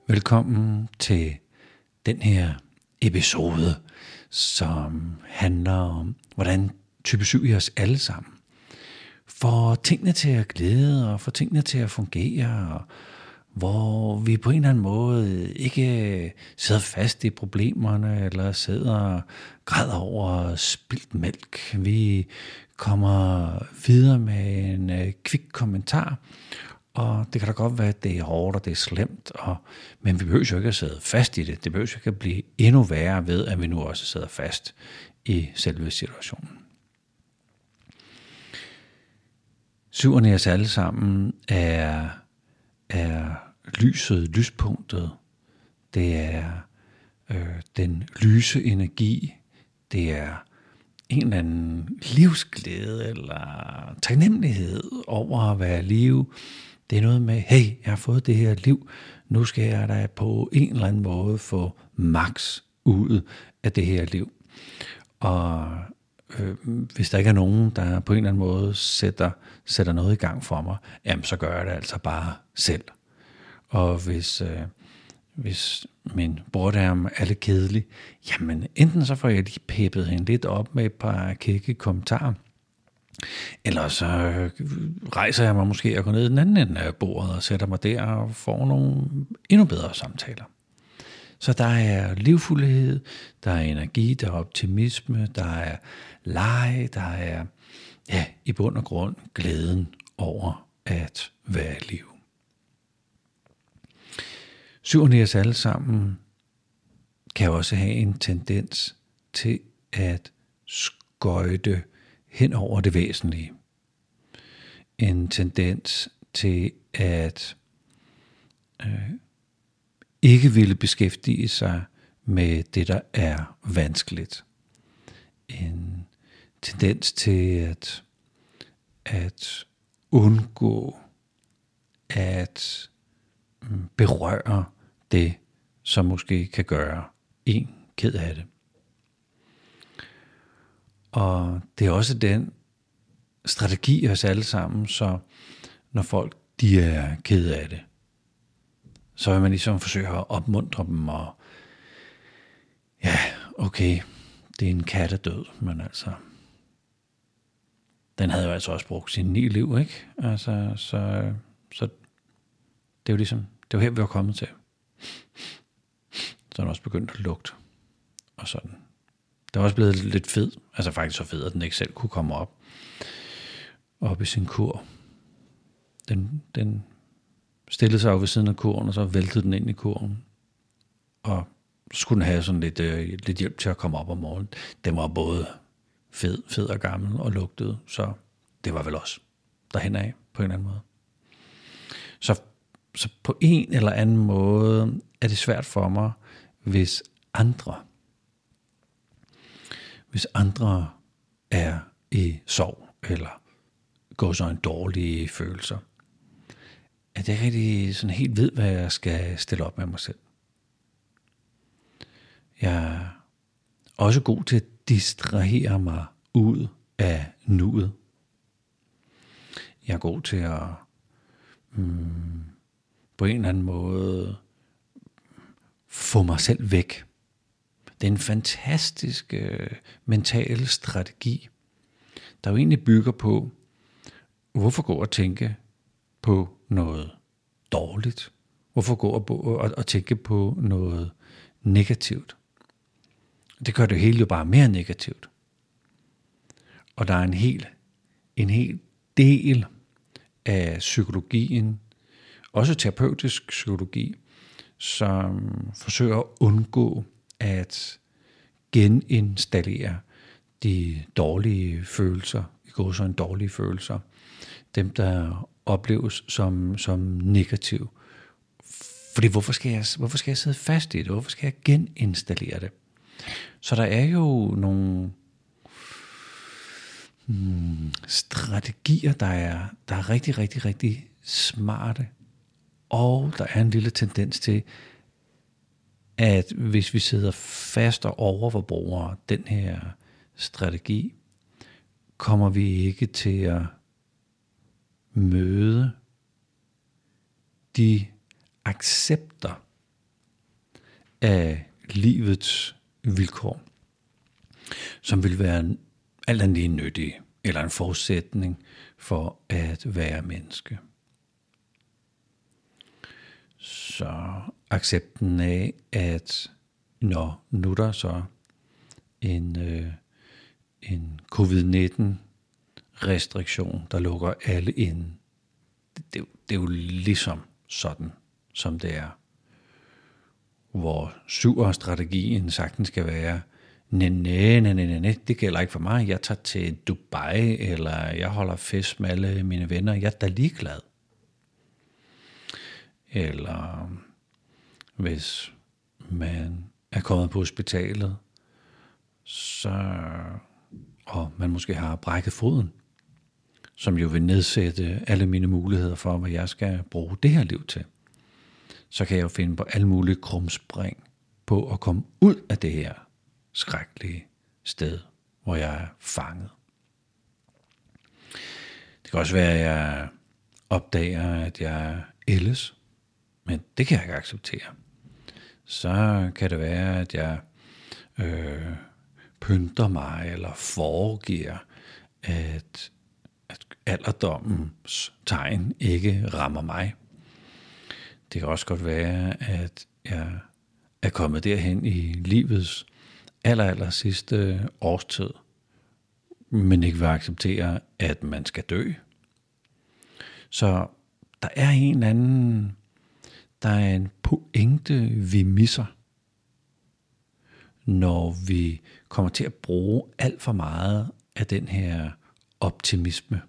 Velkommen til den her episode, som handler om, hvordan type 7 i os alle sammen får tingene til at glide og får tingene til at fungere, og hvor vi på en eller anden måde ikke sidder fast i problemerne eller sidder og græder over spildt mælk. Vi kommer videre med en kvik kommentar, og det kan da godt være, at det er hårdt og det er slemt, men vi behøver jo ikke at sidde fast i det. Det behøver jo ikke at blive endnu værre ved, at vi nu også sidder fast i selve situationen. Syveren i os alle sammen er lyset, lyspunktet. Det er den lyse energi. Det er en eller anden livsglæde eller taknemmelighed over at være i live. Det er noget med, hey, jeg har fået det her liv. Nu skal jeg da på en eller anden måde få max ud af det her liv. Og hvis der ikke er nogen, der på en eller anden måde sætter noget i gang for mig, jamen så gør jeg det altså bare selv. Og hvis min bordærm er lidt kedelig, jamen enten så får jeg lige peppet hende lidt op med et par kække kommentarer, eller så rejser jeg mig måske og går ned i den anden ende af bordet og sætter mig der og får nogle endnu bedre samtaler. Så der er livfuldhed, der er energi, der er optimisme, der er leg, der er i bund og grund glæden over at være i liv. Syveren i os alle sammen kan også have en tendens til at skøjte hen over det væsentlige. En tendens til at ikke ville beskæftige sig med det, der er vanskeligt. En tendens til at undgå at berøre det, som måske kan gøre en ked af det. Og det er også den strategi os alle sammen, så når folk de er ked af det, så vil man ligesom forsøge at opmuntre dem, og ja, okay, det er en kattedød, men altså, den havde jo altså også brugt sin 9 liv, ikke? Altså, så det er jo ligesom, det er jo her, vi var kommet til. Så er den også begyndt at lugte, og sådan. Den er også blevet lidt fed, altså faktisk så fed, at den ikke selv kunne komme op i sin kur. Den stillede sig jo ved siden af kurven, og så væltede den ind i kurven. Og så skulle den have sådan lidt hjælp til at komme op om morgenen. Den var både fed og gammel og lugtede, så det var vel også derhen af på en eller anden måde. Så på en eller anden måde er det svært for mig, hvis andre er i sorg, eller går så en dårlige følelser, at jeg rigtig sådan helt ved, hvad jeg skal stille op med mig selv. Jeg er også god til at distrahere mig ud af nuet. Jeg er god til at på en eller anden måde få mig selv væk. Det er en fantastisk mental strategi, der jo egentlig bygger på, hvorfor gå og tænke på noget dårligt? Hvorfor gå og tænke på noget negativt? Det gør det hele jo bare mere negativt. Og der er en hel del af psykologien, også terapeutisk psykologi, som forsøger at undgå at geninstallere de dårlige følelser, i går så en dårlige følelser, dem der opleves som negativ. Fordi hvorfor skal jeg sidde fast i det? Hvorfor skal jeg geninstallere det? Så der er jo nogle strategier, der er rigtig, rigtig, rigtig smarte. Og der er en lille tendens til, at hvis vi sidder fast og overforbruger den her strategi, kommer vi ikke til at møde de accepter, af livets vilkår, som vil være alt andet lige nyttige, eller en forudsætning for at være menneske. Så accepten af, at når nu der så en covid-19 restriktion, der lukker alle ind, det er jo ligesom sådan, som det er. Hvor 7-årsstrategien sagtens skal være, nej, det gælder ikke for mig. Jeg tager til Dubai, eller jeg holder fest med alle mine venner. Jeg er da ligeglad. Eller hvis man er kommet på hospitalet, og man måske har brækket foden, som jo vil nedsætte alle mine muligheder for, hvad jeg skal bruge det her liv til, så kan jeg jo finde på alle mulige krumspring på at komme ud af det her skrækkelige sted, hvor jeg er fanget. Det kan også være, at jeg opdager, at jeg er ældes, men det kan jeg ikke acceptere. Så kan det være, at jeg pynter mig eller foregiver, at alderdommens tegn ikke rammer mig. Det kan også godt være, at jeg er kommet derhen i livets aller sidste årstid, men ikke vil acceptere, at man skal dø. Så der er en pointe, vi misser, når vi kommer til at bruge alt for meget af den her optimisme.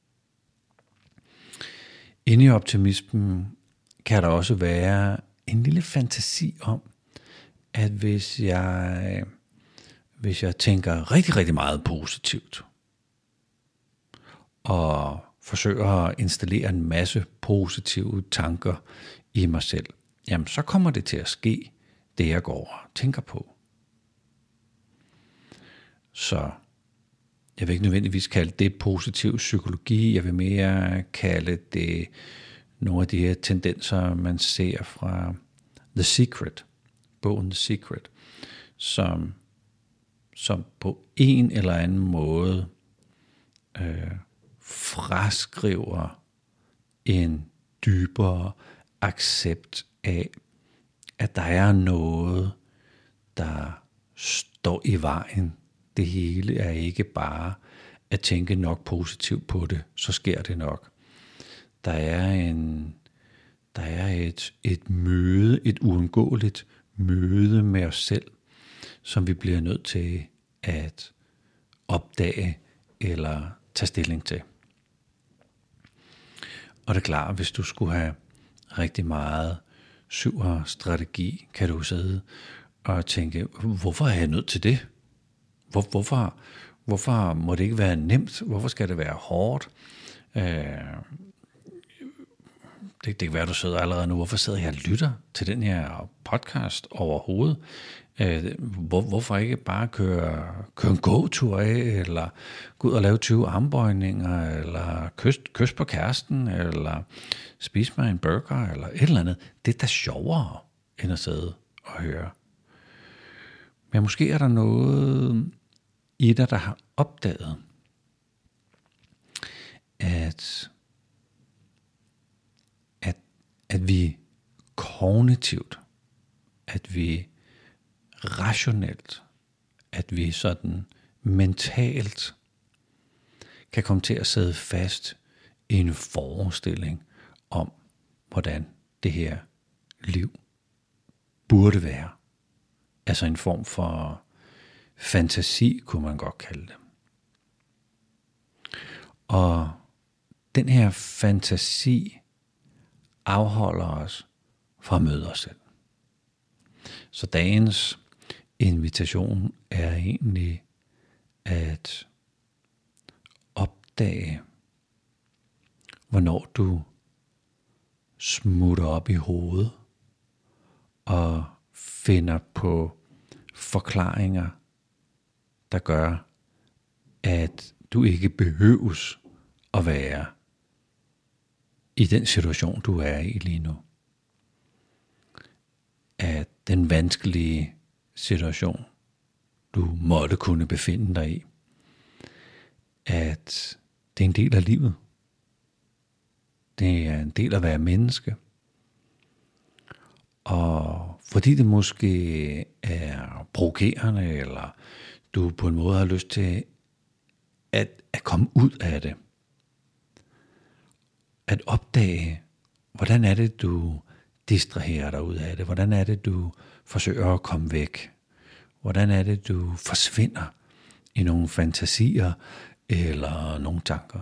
Inde i optimismen kan der også være en lille fantasi om, at hvis jeg tænker rigtig, rigtig meget positivt, og forsøger at installere en masse positive tanker i mig selv, jamen så kommer det til at ske, det jeg går og tænker på. Så jeg vil ikke nødvendigvis kalde det positiv psykologi, jeg vil mere kalde det nogle af de her tendenser, man ser fra The Secret, bogen The Secret, som på en eller anden måde fraskriver en dybere accept af, at der er noget, der står i vejen. Det hele er ikke bare at tænke nok positivt på det, så sker det nok. Der er et møde, et uundgåeligt møde med os selv, som vi bliver nødt til at opdage eller tage stilling til. Og det er klart, hvis du skulle have rigtig meget 7'er-strategi, kan du sidde og tænke, hvorfor er jeg nødt til det? Hvorfor må det ikke være nemt? Hvorfor skal det være hårdt? Det kan være, du sidder allerede nu. Hvorfor sidder jeg og lytter til den her podcast overhovedet? Hvorfor ikke bare køre en gåtur af, eller gå ud og lave 20 armbøjninger, eller kys på kæresten, eller spise mig en burger, eller et eller andet. Det er da sjovere, end at sidde og høre. Men måske er der noget i dig, der har opdaget, at vi kognitivt, at vi rationelt, at vi sådan mentalt kan komme til at sidde fast i en forestilling om, hvordan det her liv burde være. Altså en form for fantasi, kunne man godt kalde det. Og den her fantasi afholder os fra at møde os selv. Så dagens invitation er egentlig at opdage, hvornår du smutter op i hovedet og finder på forklaringer, der gør, at du ikke behøves at være i den situation, du er i lige nu. At den vanskelige situation, du måtte kunne befinde dig i, at det er en del af livet. Det er en del af at være menneske. Og fordi det måske er provokerende, eller du på en måde har lyst til at komme ud af det, at opdage, hvordan er det, du distraherer dig ud af det? Hvordan er det, du forsøger at komme væk? Hvordan er det, du forsvinder i nogle fantasier eller nogle tanker?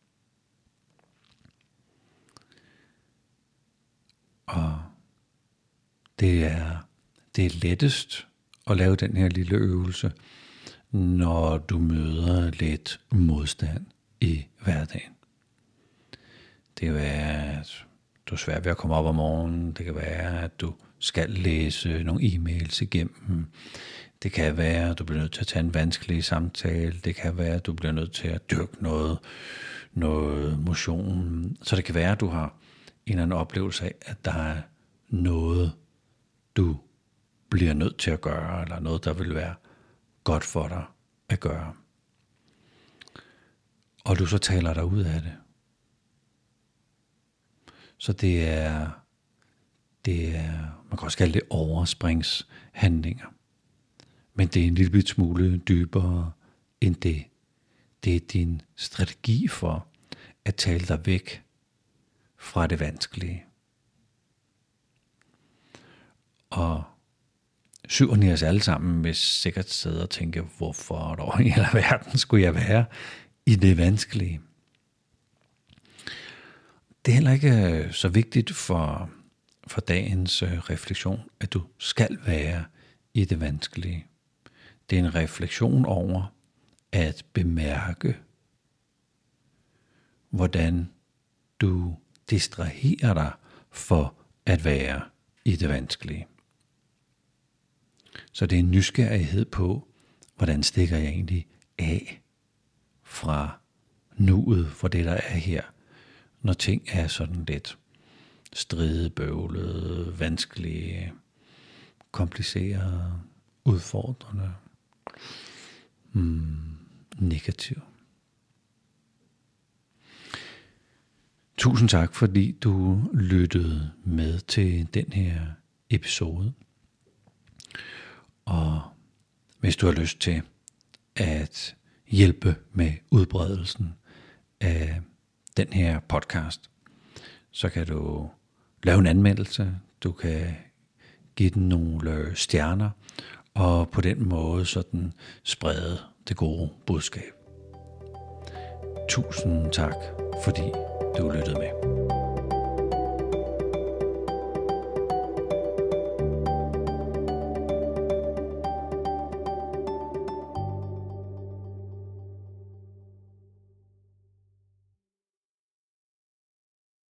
Og det er lettest at lave den her lille øvelse, når du møder lidt modstand i hverdagen. Det kan være, at du er svært ved at komme op om morgenen. Det kan være, at du skal læse nogle e-mails igennem. Det kan være, at du bliver nødt til at tage en vanskelig samtale. Det kan være, at du bliver nødt til at dyrke noget motion. Så det kan være, at du har en eller anden oplevelse af, at der er noget, du bliver nødt til at gøre, eller noget, der vil være godt for dig at gøre. Og du så taler dig ud af det. Så det er, man kan også kalde det overspringshandlinger. Men det er en lille smule dybere end det. Det er din strategi for at tale dig væk fra det vanskelige. Og 7 af os alle sammen vil sikkert sidde og tænke, hvorfor dog i hele verden skulle jeg være i det vanskelige? Det er heller ikke så vigtigt for dagens refleksion, at du skal være i det vanskelige. Det er en refleksion over at bemærke, hvordan du distraherer dig for at være i det vanskelige. Så det er en nysgerrighed på, hvordan stikker jeg egentlig af fra nuet, for det der er her, når ting er sådan lidt stridebøvlede, vanskelige, komplicerede, udfordrende, negativ. Tusind tak, fordi du lyttede med til den her episode. Og hvis du har lyst til at hjælpe med udbredelsen af den her podcast, så kan du lave en anmeldelse. Du kan give den nogle stjerner, og på den måde sådan sprede det gode budskab. Tusind tak, fordi du lyttede med.